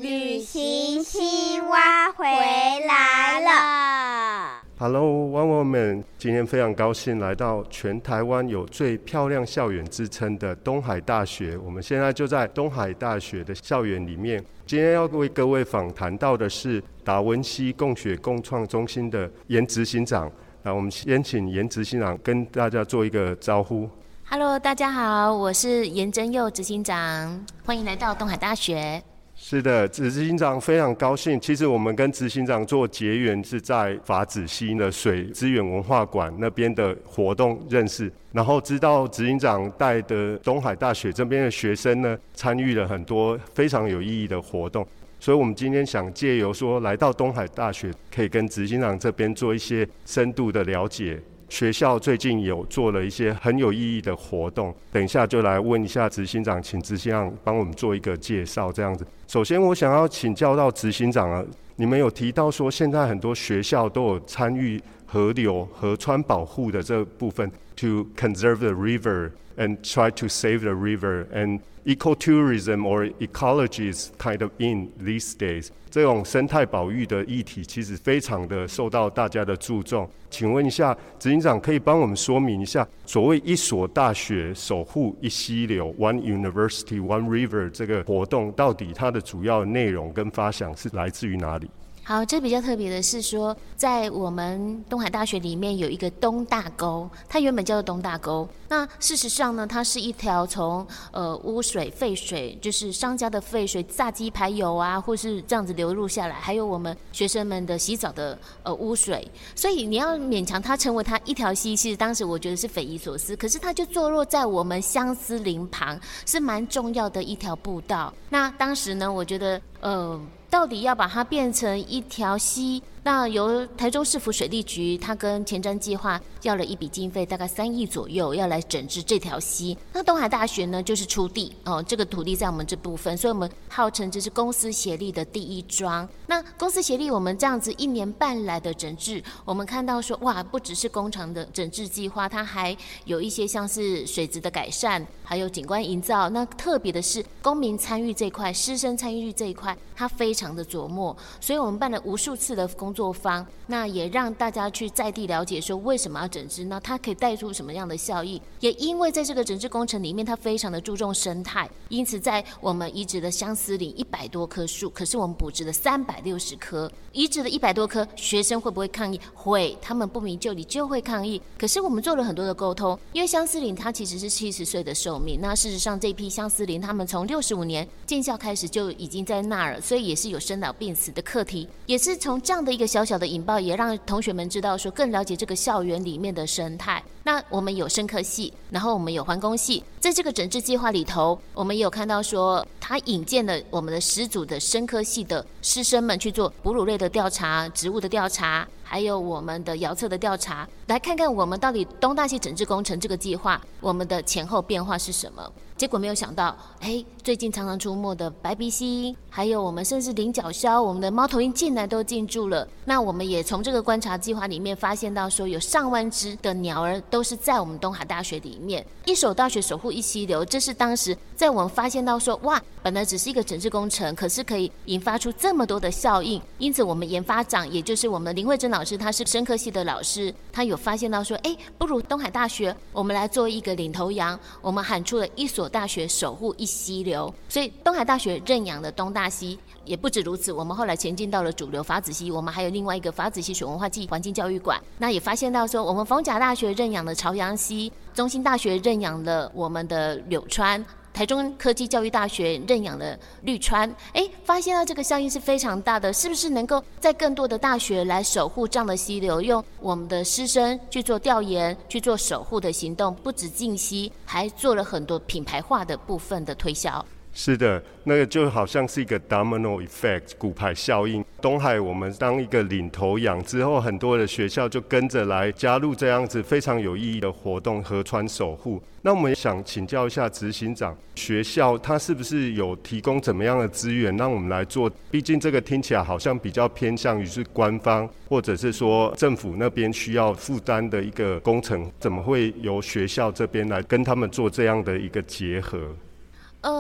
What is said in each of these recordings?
旅行青蛙回来了。 Hello， 汪汪们，今天非常高兴来到全台湾有最漂亮校园之称的东海大学。我们现在就在东海大学的校园里面。今天要为各位访谈到的是达文西共学共创中心的严执行长。那我们先请严执行长跟大家做一个招呼。 Hello， 大家好，我是严真佑执行长，欢迎来到东海大学。 是的，执行长非常高兴。其实我们跟执行长做结缘是在法子溪的水资源文化馆那边的活动认识，然后知道执行长带的东海大学这边的学生呢，参与了很多非常有意义的活动。所以我们今天想借由说来到东海大学，可以跟执行长这边做一些深度的了解。学校最近有做了一些很有意义的活动，等一下就来问一下执行长，请执行长帮我们做一个介绍这样子。首先我想要请教到执行长啊，你们有提到说现在很多学校都有参与河流、河川保护的这部分 ，to conserve the river and try to save the river and ecotourism or ecology is kind of in these days。这种生态保育的议题其实非常的受到大家的注重。请问一下，执行长可以帮我们说明一下，所谓一所大学守护一溪流 （One University, One River） 这个活动，到底它的主要内容跟发想是来自于哪里？ 好，这比较特别的是说，在我们东海大学里面有一个东大沟，它原本叫做东大沟。那事实上呢，它是一条从污水、废水，就是商家的废水、炸鸡排油啊，或是这样子流入下来，还有我们学生们的洗澡的污水。所以你要勉强它成为它一条溪，其实当时我觉得是匪夷所思。可是它就坐落在我们相思林旁，是蛮重要的一条步道。那当时呢，我觉得到底要把它变成一条溪，那由台中市府水利局，它跟前瞻计划要了一笔经费，大概3亿左右，要来整治这条溪。那东海大学呢，就是出地这个土地在我们这部分，所以我们号称这是公私协力的第一桩。那公私协力，我们这样子1年半来的整治，我们看到说，哇，不只是工厂的整治计划，它还有一些像是水质的改善，还有景观营造。那特别的是公民参与这一块，师生参与这一块，它非常的琢磨，所以我们办了无数次的工作坊，那也让大家去在地了解说为什么要整治，那它可以带出什么样的效益。也因为在这个整治工程里面，它非常的注重生态，因此在我们移植的相思林100多棵树，可是我们补植了360棵，移植了100多棵，学生会不会抗议？会，他们不明就里就会抗议。可是我们做了很多的沟通，因为相思林它其实是70岁的寿命，那事实上这批相思林他们从65年建校开始就已经在那儿了，所以也是有生老病死的课题，也是从这样的一个小小的引爆，也让同学们知道说更了解这个校园里面的生态。那我们有生科系，然后我们有环工系，在这个整治计划里头，我们也有看到说他引荐了我们的10组的生科系的师生们去做哺乳类的调查、植物的调查，还有我们的遥测的调查，来看看我们到底东大系整治工程这个计划我们的前后变化是什么。结果没有想到，最近常常出没的白鼻蜥，还有我们甚至菱角鸮，我们的猫头鹰竟然都进驻了。那我们也从这个观察计划里面发现到说，有上万只的鸟儿都是在我们东海大学里面。一所大学守护一溪流，这是当时在我们发现到说，哇，本来只是一个整治工程，可是可以引发出这么多的效应。因此我们研发长，也就是我们的林慧珍老师，他是生科系的老师，他有发现到说，不如东海大学我们来做一个领头羊，我们喊出了一所大学守护一溪流。所以东海大学认养的东大溪，也不止如此，我们后来前进到了主流法子溪，我们还有另外一个法子溪水文化暨环境教育馆。那也发现到说，我们逢甲大学认养了朝阳溪，中兴大学认养了我们的柳川，台中科技教育大学认养了绿川。发现到这个效应是非常大的，是不是能够在更多的大学来守护这样的溪流，用我们的师生去做调研，去做守护的行动，不止净溪，还做了很多品牌化的部分的推销。 是的，那个就好像是一个 domino effect 骨牌效应。东海我们当一个领头羊之后，很多的学校就跟着来加入这样子非常有意义的活动，河川守护。那我们想请教一下执行长，学校它是不是有提供怎么样的资源让我们来做？毕竟这个听起来好像比较偏向于是官方，或者是说政府那边需要负担的一个工程，怎么会由学校这边来跟他们做这样的一个结合？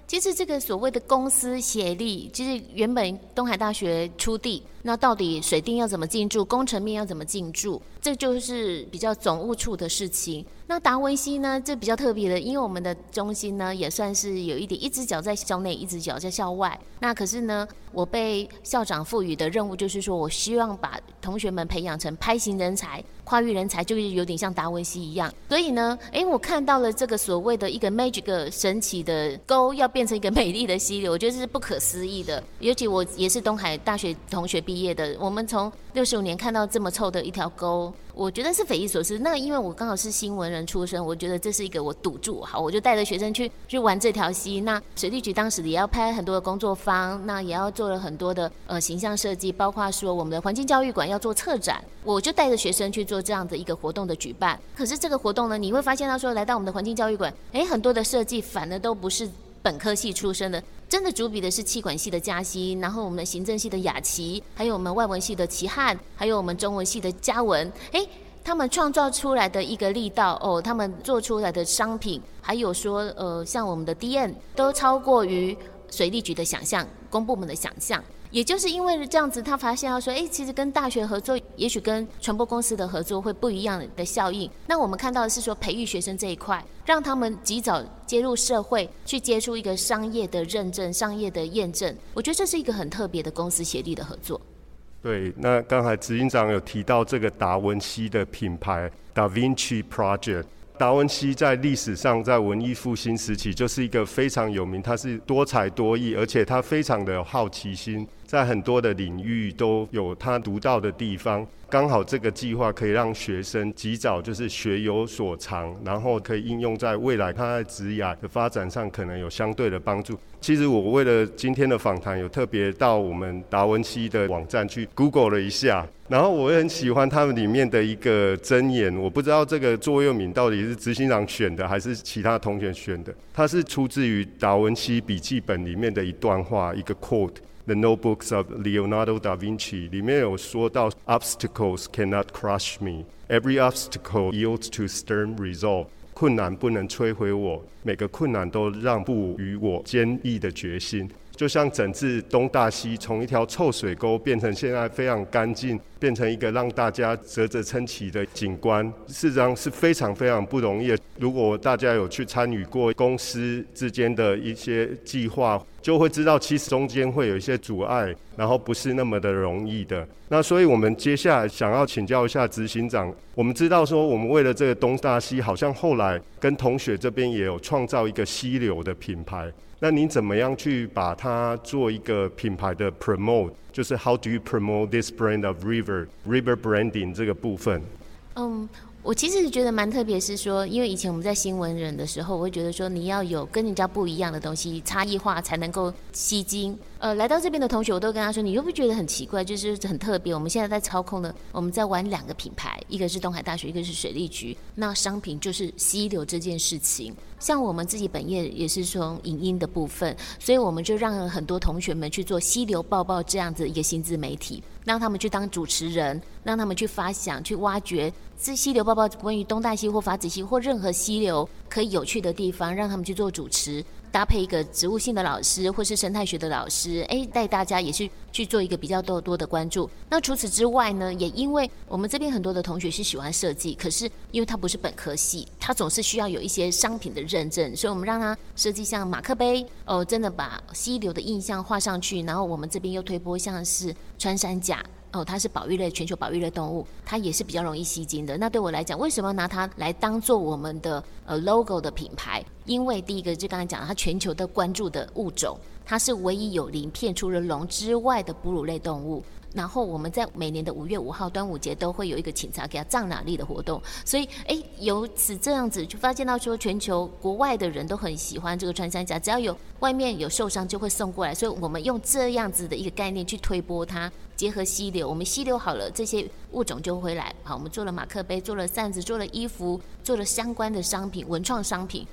其实这个所谓的公私协力，其实原本东海大学出地，那到底水电要怎么进驻，工程面要怎么进驻，这就是比较总务处的事情。那达文西呢，这比较特别的，因为我们的中心呢也算是有一只脚在校内，一只脚在校外。那可是呢，我被校长赋予的任务就是说，我希望把同学们培养成拍型人才、跨域人才，就是有点像达文西一样。所以呢，我看到了这个所谓的一个 magic 神奇的沟要变成一个美丽的溪流，我觉得这是不可思议的。尤其我也是东海大学同学毕业的，我们从65年看到这么臭的一条沟，我觉得是匪夷所思。那因为我刚好是新闻人出身，我觉得这是一个我赌注，好，我就带着学生去玩这条溪。那水利局当时也要拍很多的工作坊，那也要做了很多的形象设计，包括说我们的环境教育馆要做策展，我就带着学生去做这样的一个活动的举办。可是这个活动呢，你会发现到说来到我们的环境教育馆，很多的设计反而都不是本科系出身的，真的主笔的是企管系的嘉熙，然后我们的行政系的雅琪，还有我们外文系的齐汉，还有我们中文系的嘉文，他们创造出来的一个力道他们做出来的商品，还有说像我们的 DM 都超过于水利局的想象，公部门的想象。也就是因为这样子，他发现到说，其实跟大学合作，也许跟传播公司的合作会不一样的效应。那我们看到的是说，培育学生这一块，让他们及早接入社会，去接触一个商业的认证、商业的验证。我觉得这是一个很特别的公司协力的合作。 对，那刚才执行长有提到这个达文西的品牌 Da Vinci Project。达文西在历史上，在文艺复兴时期就是一个非常有名，他是多才多艺，而且他非常的有好奇心，在很多的领域都有他独到的地方。刚好这个计划可以让学生及早就是学有所长，然后可以应用在未来他在职涯的发展上可能有相对的帮助。其实我为了今天的访谈，有特别到我们达文西的网站去 Google 了一下，然后我也很喜欢他们里面的一个箴言，我不知道这个座右铭到底是执行长选的还是其他同学选的，它是出自于达文西笔记本里面的一段话，一个 quote。The Notebooks of Leonardo da Vinci 里面有说到 Obstacles cannot crush me. Every obstacle yields to stern resolve. 困难不能摧毁我，每个困难都让步于我坚毅的决心。就像整治东大溪从一条臭水沟变成现在非常干净，变成一个让大家啧啧称奇的景观，事实上是非常非常不容易的。如果大家有去参与过公司之间的一些计划，就会知道其实中间会有一些阻碍，然后不是那么的容易的。那所以我们接下来想要请教一下执行长，我们知道说我们为了这个东大溪，好像后来跟同学这边也有创造一个溪流的品牌，那您怎么样去把它做一个品牌的 promote， 就是 how do you promote this brand of river branding 这个部分？ 我其实觉得蛮特别，是说，因为以前我们在新闻人的时候，我会觉得说，你要有跟人家不一样的东西，差异化才能够吸睛。来到这边的同学，我都跟他说，你会不会觉得很奇怪？就是很特别。我们现在在操控的，我们在玩2个品牌，一个是东海大学，一个是水利局。那商品就是溪流这件事情。像我们自己本业也是从影音的部分，所以我们就让很多同学们去做溪流报报这样子一个新自媒体，让他们去当主持人，让他们去发想、去挖掘这溪流报报关于东大溪或法子溪或任何溪流可以有趣的地方，让他们去做主持。搭配一个植物性的老师或是生态学的老师，带大家也去做一个比较多的关注。那除此之外呢，也因为我们这边很多的同学是喜欢设计，可是因为他不是本科系，他总是需要有一些商品的认证，所以我们让他设计像马克杯，真的把溪流的印象画上去，然后我们这边又推播像是穿山甲。它是保育类，全球保育类动物，它也是比较容易吸睛的。那对我来讲，为什么拿它来当做我们的logo 的品牌？因为第一个就刚才讲，它全球的关注的物种，它是唯一有鳞片除了龙之外的哺乳类动物。然后我们在每年的5月5号端午节都会有一个请茶给它葬哪里的活动，所以由此这样子就发现到说，全球国外的人都很喜欢这个穿山甲，只要有外面有受伤就会送过来，所以我们用这样子的一个概念去推播它，结合溪流，我们溪流好了，这些物种就会来。好，我们做了马克杯，做了扇子，做了衣服，做了相关的商品，文创商品，去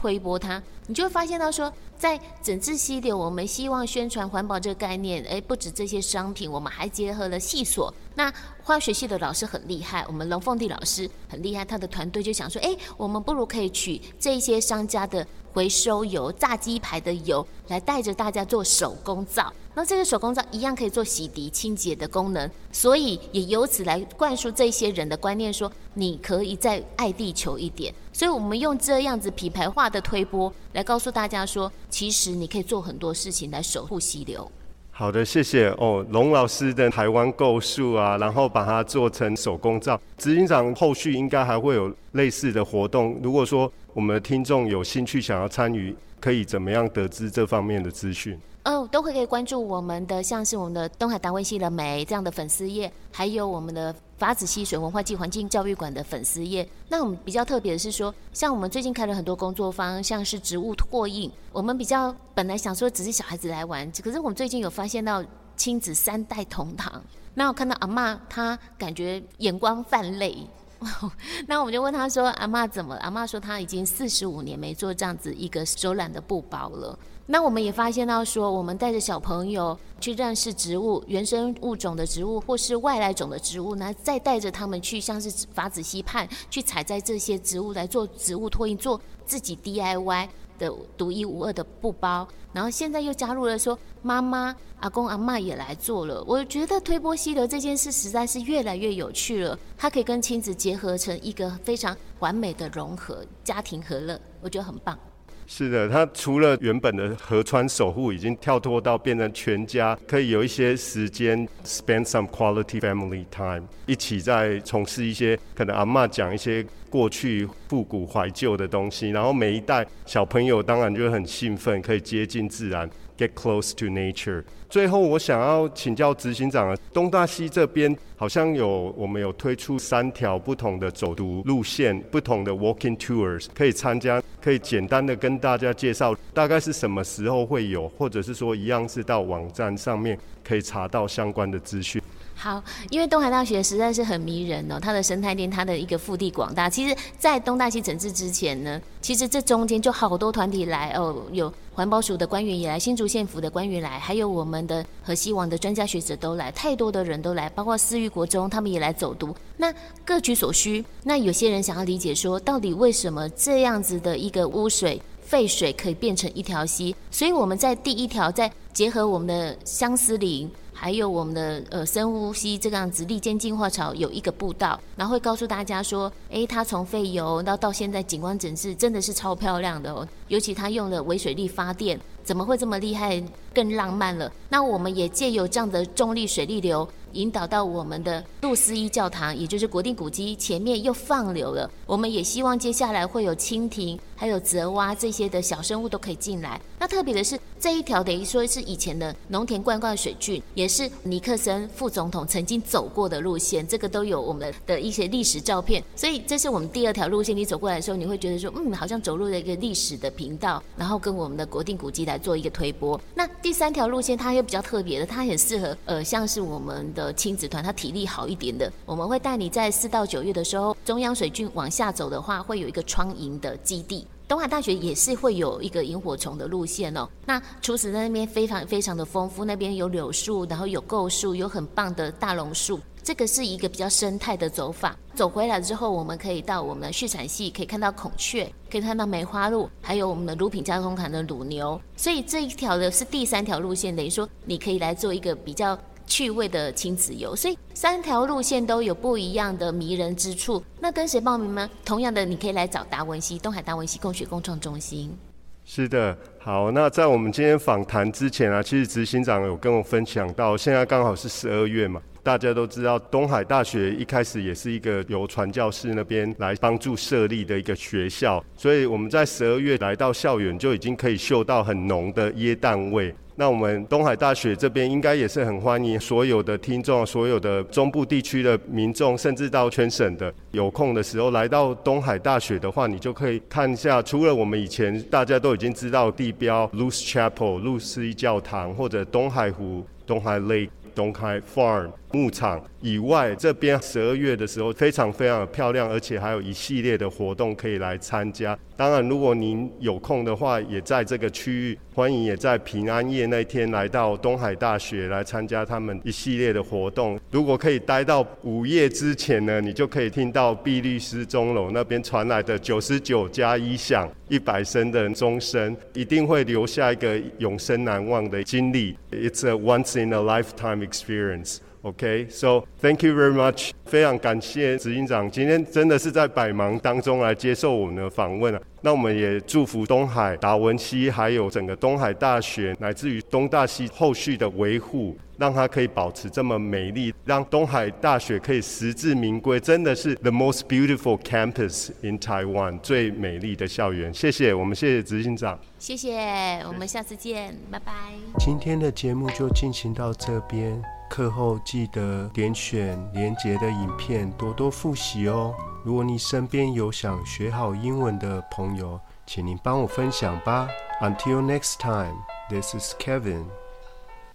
推播它，你就会发现到说，在整治溪流，我们希望宣传环保这个概念，不止这些商品，我们还结合了系所。那化学系的老师很厉害，我们龙凤地老师很厉害，他的团队就想说，我们不如可以取这些商家的回收油、炸鸡排的油，来带着大家做手工皂。那这个手工皂一样可以做洗涤清洁的功能，所以也由此来灌输这些人的观念说，你可以再爱地球一点。所以我们用这样子品牌化的推播来告诉大家说，其实你可以做很多事情来守护溪流。 好的，谢谢龙老师的台湾构树啊，然后把它做成手工皂。执行长后续应该还会有类似的活动，如果说我们的听众有兴趣想要参与，可以怎么样得知这方面的资讯？ 都可以关注我们的，像是我们的东海达文西了没这样的粉丝页，还有我们的法子溪水文化暨环境教育馆的粉丝页。那我们比较特别的是说，像我们最近开了很多工作坊，像是植物拓印，我们比较本来想说只是小孩子来玩，可是我们最近有发现到亲子3代同堂。那我看到阿嬷，她感觉眼光泛泪。那我们就问她说，阿嬷怎么了？阿嬷说她已经45年没做这样子一个手染的布包了。那我们也发现到说，我们带着小朋友去认识植物，原生物种的植物或是外来种的植物呢，再带着他们去像是法子溪畔去采摘这些植物来做植物拓印，做自己 DIY 的独一无二的布包。然后现在又加入了说妈妈、阿公、阿嬷也来做了。我觉得推播溪流这件事实在是越来越有趣了，它可以跟亲子结合成一个非常完美的融合，家庭和乐，我觉得很棒。 是的，它除了原本的河川守护，已经跳脱到变成全家可以有一些时间 spend some quality family time， 一起在从事一些可能阿嬷讲一些过去复古怀旧的东西，然后每一代小朋友当然就很兴奋，可以接近自然 get close to nature。 最后我想要请教执行长，东大溪这边好像我们有推出3条不同的走读路线，不同的 walking tours 可以参加，可以简单的跟大家介绍大概是什么时候会有，或者是说一样是到网站上面可以查到相关的资讯。 好，因为东海大学实在是很迷人哦，它的生态链，它的一个腹地广大。其实，在东大溪整治之前呢，其实这中间就好多团体来哦，有环保署的官员也来，新竹县府的官员来，还有我们的河西网的专家学者都来，太多的人都来，包括思育国中他们也来走读。那各取所需，那有些人想要理解说，到底为什么这样子的一个污水废水可以变成一条溪？所以我们在第一条，在结合我们的相思林，还有我们的深乌溪这个样子砾间净化槽有一个步道，然后会告诉大家说，它从废油到现在景观整治真的是超漂亮的哦，尤其它用了微水力发电，怎么会这么厉害，更浪漫了。那我们也借由这样的重力水力流引导到我们的路思一教堂，也就是国定古迹前面又放流了。我们也希望接下来会有蜻蜓还有泽蛙这些的小生物都可以进来。那特别的是这一条等于说是以前的农田灌溉水圳，也是尼克森副总统曾经走过的路线，这个都有我们的一些历史照片。所以这是我们第2条路线，你走过来的时候，你会觉得说好像走入了一个历史的频道，然后跟我们的国定古迹来做一个推播。那第3条路线它又比较特别的，它很适合像是我们的亲子团，他体力好一点的，我们会带你在4到9月的时候，中央水圳往下走的话，会有一个创营的基地。东海大学也是会有一个萤火虫的路线哦。那除此那边非常非常的丰富，那边有柳树，然后有构树，有很棒的大榕树。这个是一个比较生态的走法。走回来之后，我们可以到我们的畜产系，可以看到孔雀，可以看到梅花鹿，还有我们的乳品加工厂的乳牛。所以这一条的是第3条路线，等于说你可以来做一个比较趣味的亲子游，所以3条路线都有不一样的迷人之处。那跟谁报名呢？同样的，你可以来找达文西东海达文西共学共创中心。 是的，好，那在我们今天访谈之前啊，其实执行长有跟我分享到，现在刚好是12月嘛，大家都知道东海大学一开始也是一个由传教士那边来帮助设立的一个学校，所以我们在12月来到校园就已经可以嗅到很浓的椰蛋味。那我们东海大学这边应该也是很欢迎所有的听众，所有的中部地区的民众，甚至到全省的，有空的时候来到东海大学的话，你就可以看一下，除了我们以前大家都已经知道地标 Luce Chapel 路思一教堂，或者东海湖东海 Lake 东开 Farm 牧场以外，这边12月的时候非常非常的漂亮，而且还有一系列的活动可以来参加。当然如果您有空的话，也在这个区域，欢迎也在平安夜那天来到东海大学来参加他们一系列的活动。如果可以待到午夜之前呢，你就可以听到毕律师钟楼那边传来的99+1响100声的钟声，一定会留下一个永生难忘的经历。It's a once in a lifetime experience.Okay, so thank you very much. 非常感谢执行长今天真的是在百忙当中来接受我们的访问。那我们也祝福东海达文西还有整个东海大学乃至于东大系后续的维护，让它可以保持这么美丽，让东海大学可以实至名归，真的是 the most beautiful campus in Taiwan 最美丽的校园。谢谢，我们谢谢执行长。 谢谢，我们下次见，拜拜。 今天的节目就进行到这边，课后记得点选连结的影片多多复习哦。如果你身边有想学好英文的朋友，请您帮我分享吧。Until next time, this is Kevin.